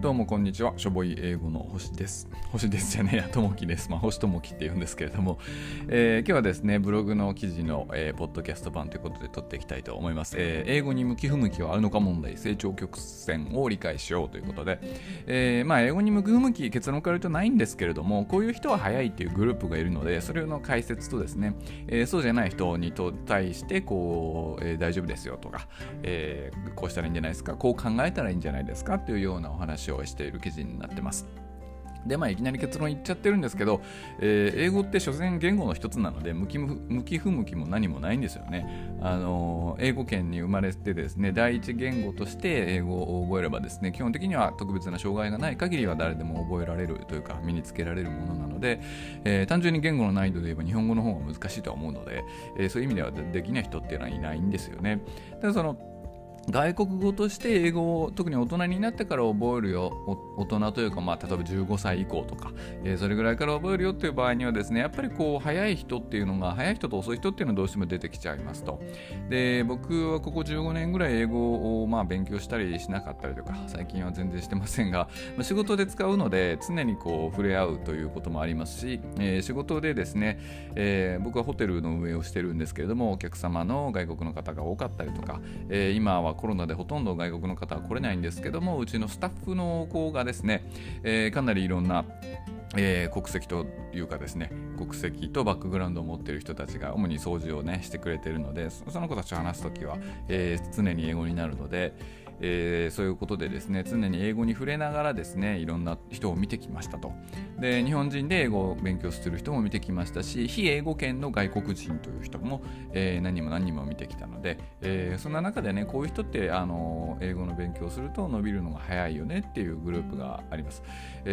どうもこんにちは。しょぼい英語の星です。星ですじゃねえや、ともきです。星ともきって言うんですけれども、今日はですね、ブログの記事の、ポッドキャスト版ということで撮っていきたいと思います。英語に向き不向きはあるのか問題、成長曲線を理解しようということで、英語に向き不向き、結論から言うとないんですけれども、こういう人は早いっていうグループがいるので、それの解説とですね、そうじゃない人に対して大丈夫ですよとか、こうしたらいいんじゃないですか、こう考えたらいいんじゃないですかっていうようなお話をしている記事になってます。でいきなり結論言っちゃってるんですけど、英語って所詮言語の一つなので向き不向きも何もないんですよね。英語圏に生まれてですね、第一言語として英語を覚えればですね、基本的には特別な障害がない限りは誰でも覚えられるというか身につけられるものなので、単純に言語の難易度で言えば日本語の方が難しいとは思うので、そういう意味ではできない人っていうのはいないんですよね。ただ外国語として英語を特に大人になってから覚えるよ、大人というか、例えば15歳以降とか、それぐらいから覚えるよっていう場合にはですね、やっぱり早い人と遅い人っていうのはどうしても出てきちゃいますと。で、僕はここ15年ぐらい英語を勉強したりしなかったりとか、最近は全然してませんが、仕事で使うので常に触れ合うということもありますし、仕事でですね、僕はホテルの運営をしてるんですけれども、お客様の外国の方が多かったりとか、今はコロナでほとんど外国の方は来れないんですけども、うちのスタッフの子がですね、かなりいろんな国籍というかですね、国籍とバックグラウンドを持っている人たちが主に掃除をねしてくれているので、その子たちと話すときは、常に英語になるので、そういうことでですね、常に英語に触れながらですね、いろんな人を見てきましたと。で、日本人で英語を勉強する人も見てきましたし、非英語圏の外国人という人も、何人も見てきたので、そんな中でね、こういう人って英語の勉強をすると伸びるのが早いよねっていうグループがあります。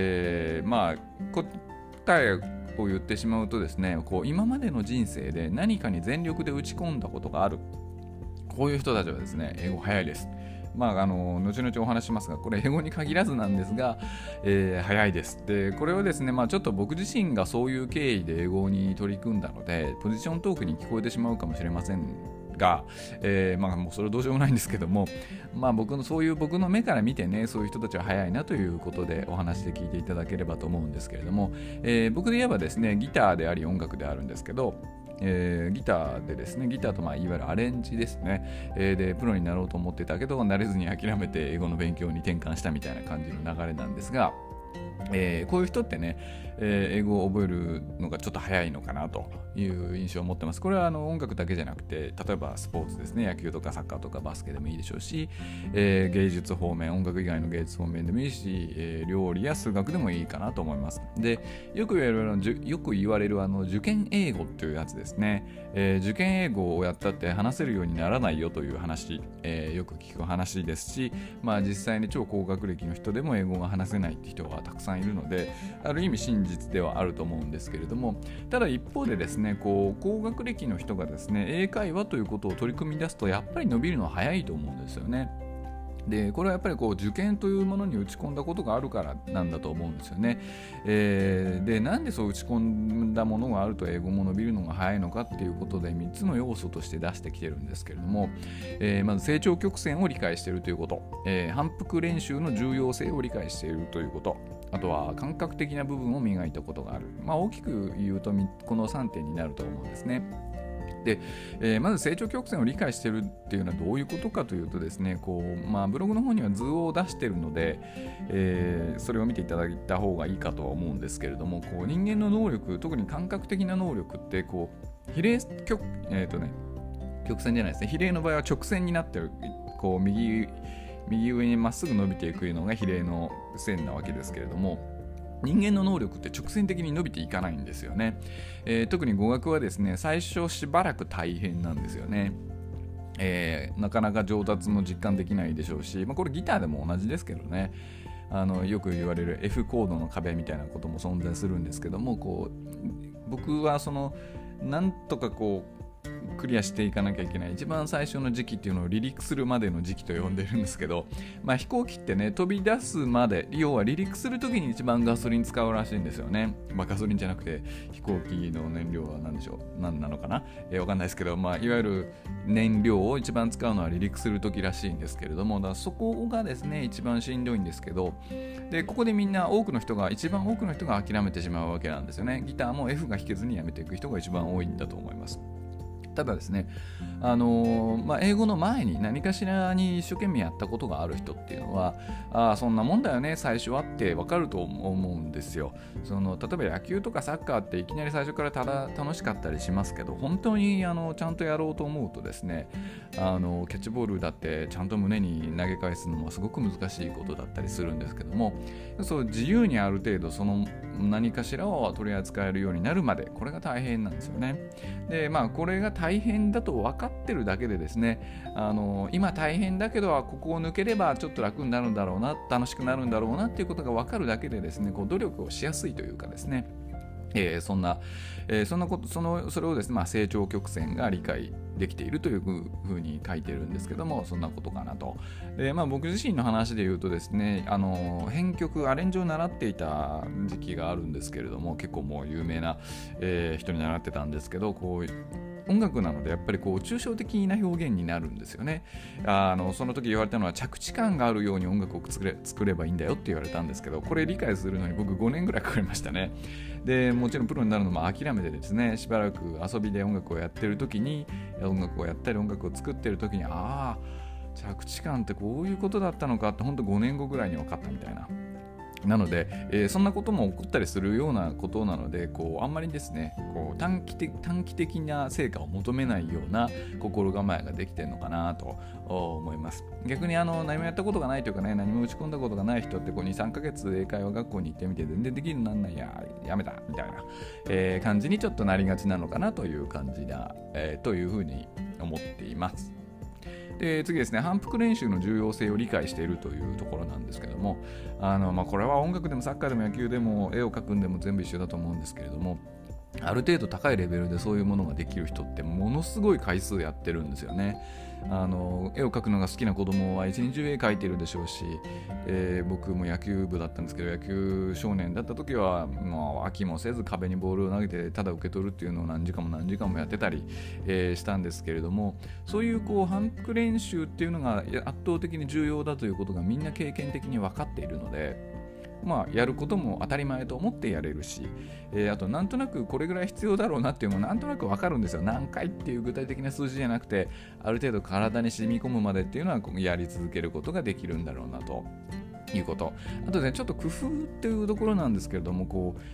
答えを言ってしまうとですね、今までの人生で何かに全力で打ち込んだことがある、こういう人たちはですね、英語早いです。後々お話しますが、これ英語に限らずなんですが、早いです。で、これはですね、ちょっと僕自身がそういう経緯で英語に取り組んだので、ポジショントークに聞こえてしまうかもしれませんが、もうそれはどうしようもないんですけども、僕の目から見てね、そういう人たちは早いなということでお話で聞いていただければと思うんですけれども、僕で言えばですね、ギターであり音楽であるんですけど、ギターでですね、ギターといわゆるアレンジですね、でプロになろうと思ってたけど慣れずに諦めて英語の勉強に転換したみたいな感じの流れなんですが、こういう人ってね、英語を覚えるのがちょっと早いのかなという印象を持ってます。これは音楽だけじゃなくて、例えばスポーツですね、野球とかサッカーとかバスケでもいいでしょうし、芸術方面、音楽以外の芸術方面でもいいし、料理や数学でもいいかなと思います。で、よく言われる受験英語っていうやつですね、受験英語をやったって話せるようにならないよという話、よく聞く話ですし、実際に超高学歴の人でも英語が話せないって人がたくさんいるので、ある意味真実ではあると思うんですけれども、ただ一方でですね、高学歴の人がですね、英会話ということを取り組み出すとやっぱり伸びるのは早いと思うんですよね。で、これはやっぱり受験というものに打ち込んだことがあるからなんだと思うんですよね。で、なんでそう打ち込んだものがあると英語も伸びるのが早いのかっていうことで3つの要素として出してきてるんですけれども、まず成長曲線を理解しているということ、反復練習の重要性を理解しているということ、あとは感覚的な部分を磨いたことがある。大きく言うとこの3点になると思うんですね。で、まず成長曲線を理解しているっていうのはどういうことかというとですね、ブログの方には図を出しているので、それを見ていただいた方がいいかとは思うんですけれども、人間の能力、特に感覚的な能力って比例曲線じゃないですね、比例の場合は直線になってる、右上にまっすぐ伸びていくのが比例の線なわけですけれども、人間の能力って直線的に伸びていかないんですよね。特に語学はですね、最初しばらく大変なんですよね。なかなか上達も実感できないでしょうし、これギターでも同じですけどね、よく言われる F コードの壁みたいなことも存在するんですけども、僕はなんとかクリアしていかなきゃいけない一番最初の時期っていうのを離陸するまでの時期と呼んでるんですけど、飛行機ってね、飛び出すまで、要は離陸するときに一番ガソリン使うらしいんですよね。ガソリンじゃなくて飛行機の燃料は何でしょう、何なのかな、わかんないですけど、いわゆる燃料を一番使うのは離陸するときらしいんですけれども、だからそこがですね一番しんどいんですけど、でここでみんな一番多くの人が諦めてしまうわけなんですよね。ギターも F が弾けずにやめていく人が一番多いんだと思います。ただですね、英語の前に何かしらに一生懸命やったことがある人っていうのは、そんなもんだよね最初はって分かると思うんですよ。例えば野球とかサッカーっていきなり最初から楽しかったりしますけど、本当にちゃんとやろうと思うとですね、キャッチボールだってちゃんと胸に投げ返すのはすごく難しいことだったりするんですけども、そう自由にある程度その何かしらを取り扱えるようになるまで、これが大変なんですよね。でこれが大変だと分かってるだけでですね、今大変だけどここを抜ければちょっと楽になるんだろうな、楽しくなるんだろうなっていうことが分かるだけでですね、努力をしやすいというかですね、それをですね、成長曲線が理解できているというふうに書いてるんですけども、そんなことかなと。で、僕自身の話で言うとですね、編曲アレンジを習っていた時期があるんですけれども、結構もう有名な、人に習ってたんですけど、音楽なのでやっぱり抽象的な表現になるんですよね。その時言われたのは、着地感があるように音楽を作ればいいんだよって言われたんですけど、これ理解するのに僕5年ぐらいかかりましたね。でもちろんプロになるのも諦めてですね、しばらく遊びで音楽をやってる時に、音楽をやったり音楽を作ってる時に、着地感ってこういうことだったのかって本当5年後ぐらいに分かったみたいな。なので、そんなことも起こったりするようなことなので、あんまりですね短期的な成果を求めないような心構えができてるのかなと思います。逆に何もやったことがないというかね、何も打ち込んだことがない人って 2,3 ヶ月英会話学校に行ってみて全然できるようになんないやめたみたいな、感じにちょっとなりがちなのかなという感じだ、というふうに思っています。で次ですね、反復練習の重要性を理解しているというところなんですけども、これは音楽でもサッカーでも野球でも絵を描くんでも全部一緒だと思うんですけれども、ある程度高いレベルでそういうものができる人ってものすごい回数やってるんですよね。絵を描くのが好きな子供は一日中絵描いてるでしょうし、僕も野球部だったんですけど、野球少年だった時は飽きもせず壁にボールを投げてただ受け取るっていうのを何時間もやってたり、したんですけれども、そういう反復練習っていうのが圧倒的に重要だということがみんな経験的に分かっているので、やることも当たり前と思ってやれるし、あとなんとなくこれぐらい必要だろうなっていうのもなんとなく分かるんですよ。何回っていう具体的な数字じゃなくて、ある程度体に染み込むまでっていうのはやり続けることができるんだろうなということ。あとね、ちょっと工夫っていうところなんですけれども、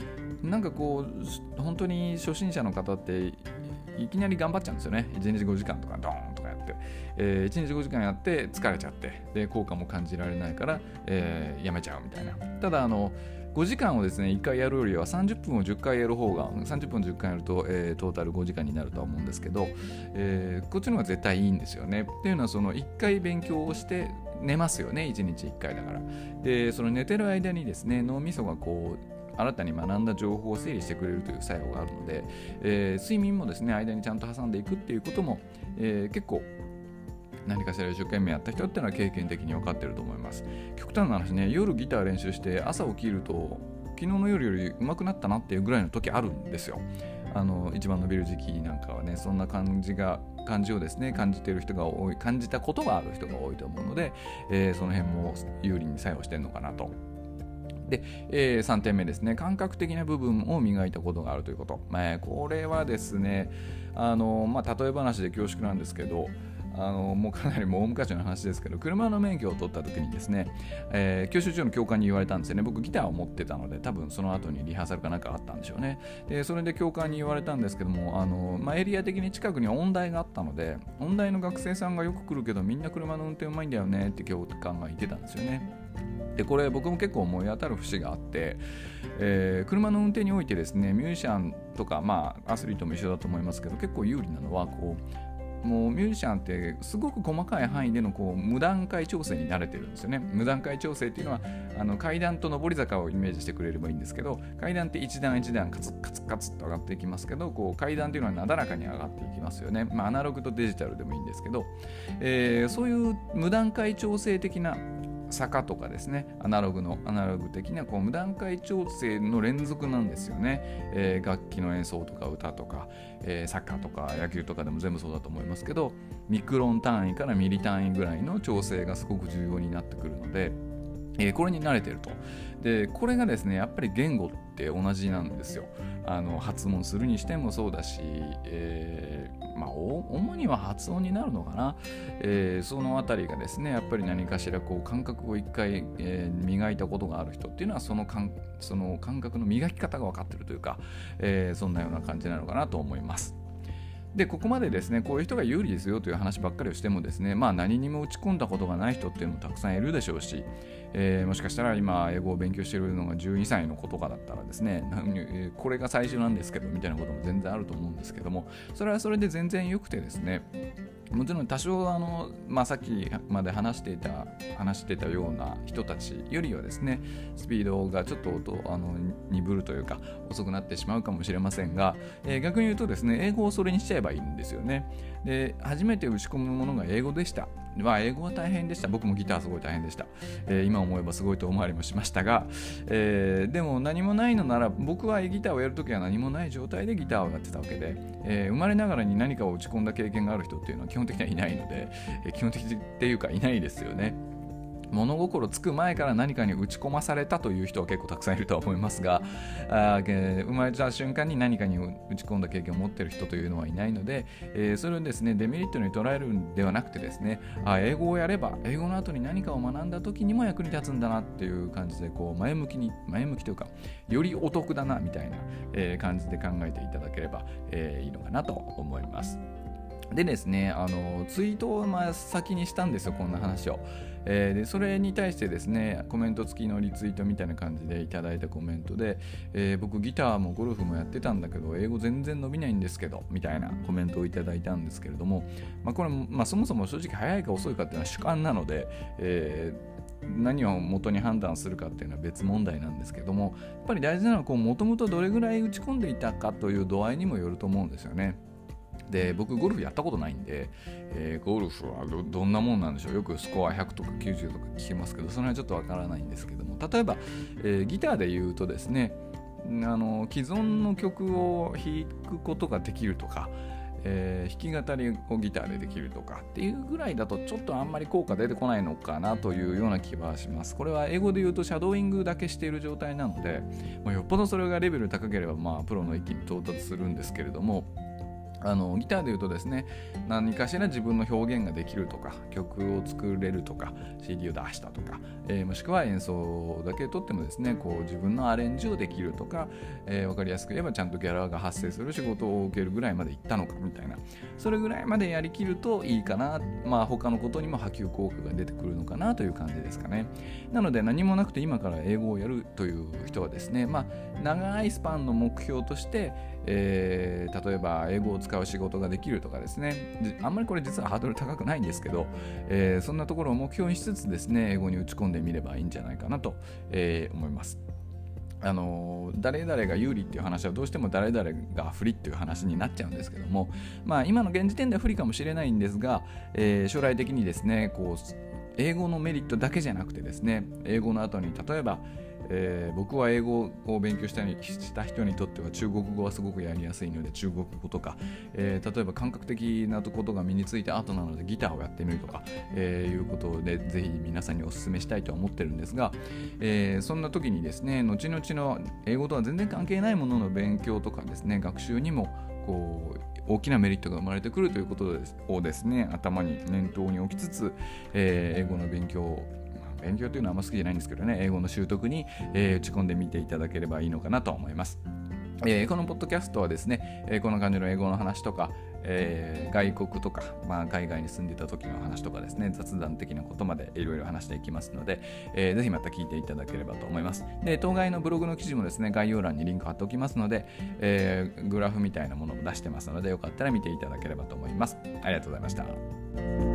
本当に初心者の方っていきなり頑張っちゃうんですよね。1日5時間とかドーンとかやって、1日5時間やって疲れちゃって、で効果も感じられないから、やめちゃうみたいな。ただ5時間をですね1回やるよりは30分を10回やる方が、30分10回やると、トータル5時間になるとは思うんですけど、こっちの方が絶対いいんですよね。っていうのは1回勉強をして寝ますよね、1日1回だから。でその寝てる間にですね、脳みそが新たに学んだ情報を整理してくれるという作用があるので、睡眠もですね間にちゃんと挟んでいくっていうことも、結構何かしら一生懸命やった人っていうのは経験的に分かってると思います。極端な話ね、夜ギター練習して朝起きると昨日の夜より上手くなったなっていうぐらいの時あるんですよ。一番伸びる時期なんかはね、そんな感じをですね感じている人が多い、感じたことがある人が多いと思うので、その辺も有利に作用してるのかなと。で、3点目ですね、感覚的な部分を磨いたことがあるということ。これはですね、例え話で恐縮なんですけど、もうかなり大昔の話ですけど、車の免許を取った時にですね、教習所の教官に言われたんですよね。僕ギターを持ってたので、多分その後にリハーサルかなんかあったんでしょうね。でそれで教官に言われたんですけども、エリア的に近くに音大があったので、音大の学生さんがよく来るけどみんな車の運転うまいんだよねって教官が言ってたんですよね。でこれ僕も結構思い当たる節があって、車の運転においてですね、ミュージシャンとか、アスリートも一緒だと思いますけど、結構有利なのはもうミュージシャンってすごく細かい範囲での無段階調整に慣れてるんですよね。無段階調整っていうのは階段と上り坂をイメージしてくれればいいんですけど、階段って一段一段カツカツカツと上がっていきますけど、階段っていうのはなだらかに上がっていきますよね。アナログとデジタルでもいいんですけど、そういう無段階調整的な坂とかですね、アナログ的な無段階調整の連続なんですよね。楽器の演奏とか歌とか、サッカーとか野球とかでも全部そうだと思いますけど、ミクロン単位からミリ単位ぐらいの調整がすごく重要になってくるので、これに慣れてると。でこれがですねやっぱり言語って同じなんですよ。発音するにしてもそうだし、主には発音になるのかな、そのあたりがですねやっぱり何かしら感覚を一回、磨いたことがある人っていうのはその感覚の磨き方が分かってるというか、そんなような感じなのかなと思います。でここまでですねこういう人が有利ですよという話ばっかりをしてもですね、何にも打ち込んだことがない人っていうのもたくさんいるでしょうし、もしかしたら今英語を勉強しているのが12歳の子とかだったらですね、これが最初なんですけどみたいなことも全然あると思うんですけども、それはそれで全然良くてですね、もちろん多少さっきまで話していたような人たちよりはですねスピードがちょっと鈍るというか遅くなってしまうかもしれませんが、逆に言うとですね英語をそれにしちゃえばいいんですよね。で初めて打ち込むものが英語でした。英語は大変でした。僕もギターすごい大変でした。今思えばすごい遠回りもしましたが、でも何もないのなら僕はギターをやるときは何もない状態でギターをやってたわけで、生まれながらに何かを打ち込んだ経験がある人っていうのは基本的にはいないので、基本的っていうかいないですよね。物心つく前から何かに打ち込まされたという人は結構たくさんいるとは思いますが、生まれた瞬間に何かに打ち込んだ経験を持っている人というのはいないので、それをですねデメリットに捉えるんではなくてですね、英語をやれば英語の後に何かを学んだ時にも役に立つんだなっていう感じで前向きというかよりお得だなみたいな、感じで考えていただければ、いいのかなと思います。でですねツイートを先にしたんですよ、こんな話を。でそれに対してですねコメント付きのリツイートみたいな感じでいただいたコメントで、僕ギターもゴルフもやってたんだけど英語全然伸びないんですけどみたいなコメントをいただいたんですけれども、これ、そもそも正直早いか遅いかっていうのは主観なので、何を元に判断するかっていうのは別問題なんですけども、やっぱり大事なのはもともとどれぐらい打ち込んでいたかという度合いにもよると思うんですよね。で僕ゴルフやったことないんで、ゴルフは どんなもんなんでしょう。よくスコア100とか90とか聞きますけど、それはちょっとわからないんですけども、例えば、ギターで言うとですね既存の曲を弾くことができるとか、弾き語りをギターでできるとかっていうぐらいだとちょっとあんまり効果出てこないのかなというような気はします。これは英語で言うとシャドーイングだけしている状態なので、よっぽどそれがレベル高ければプロの域に到達するんですけれども、ギターで言うとですね何かしら自分の表現ができるとか曲を作れるとか CD を出したとか、もしくは演奏だけとってもですね自分のアレンジをできるとか、分かりやすく言えばちゃんとギャラが発生する仕事を受けるぐらいまでいったのかみたいな、それぐらいまでやりきるといいかな、他のことにも波及効果が出てくるのかなという感じですかね。なので何もなくて今から英語をやるという人はですね、長いスパンの目標として例えば英語を使う仕事ができるとかですね、あんまりこれ実はハードル高くないんですけど、そんなところを目標にしつつですね英語に打ち込んでみればいいんじゃないかなと、思います。誰々が有利っていう話はどうしても誰々が不利っていう話になっちゃうんですけども、今の現時点では不利かもしれないんですが、将来的にですね英語のメリットだけじゃなくてですね英語の後に例えば僕は英語を勉強した人にとっては中国語はすごくやりやすいので中国語とか、例えば感覚的なことが身についた後なのでギターをやってみるとか、いうことでぜひ皆さんにお勧めしたいと思ってるんですが、そんな時にですね後々の英語とは全然関係ないものの勉強とかですね学習にも大きなメリットが生まれてくるということをですね頭に念頭に置きつつ、英語の勉強というのはあんま好きじゃないんですけどね英語の習得に、打ち込んでみていただければいいのかなと思います。このポッドキャストはですね、こんな感じの英語の話とか、 外国とか、海外に住んでいた時の話とかですね、雑談的なことまでいろいろ話していきますので、ぜひまた聞いていただければと思います。で、当該のブログの記事もですね、概要欄にリンク貼っておきますので、グラフみたいなものも出してますので、よかったら見ていただければと思います。ありがとうございました。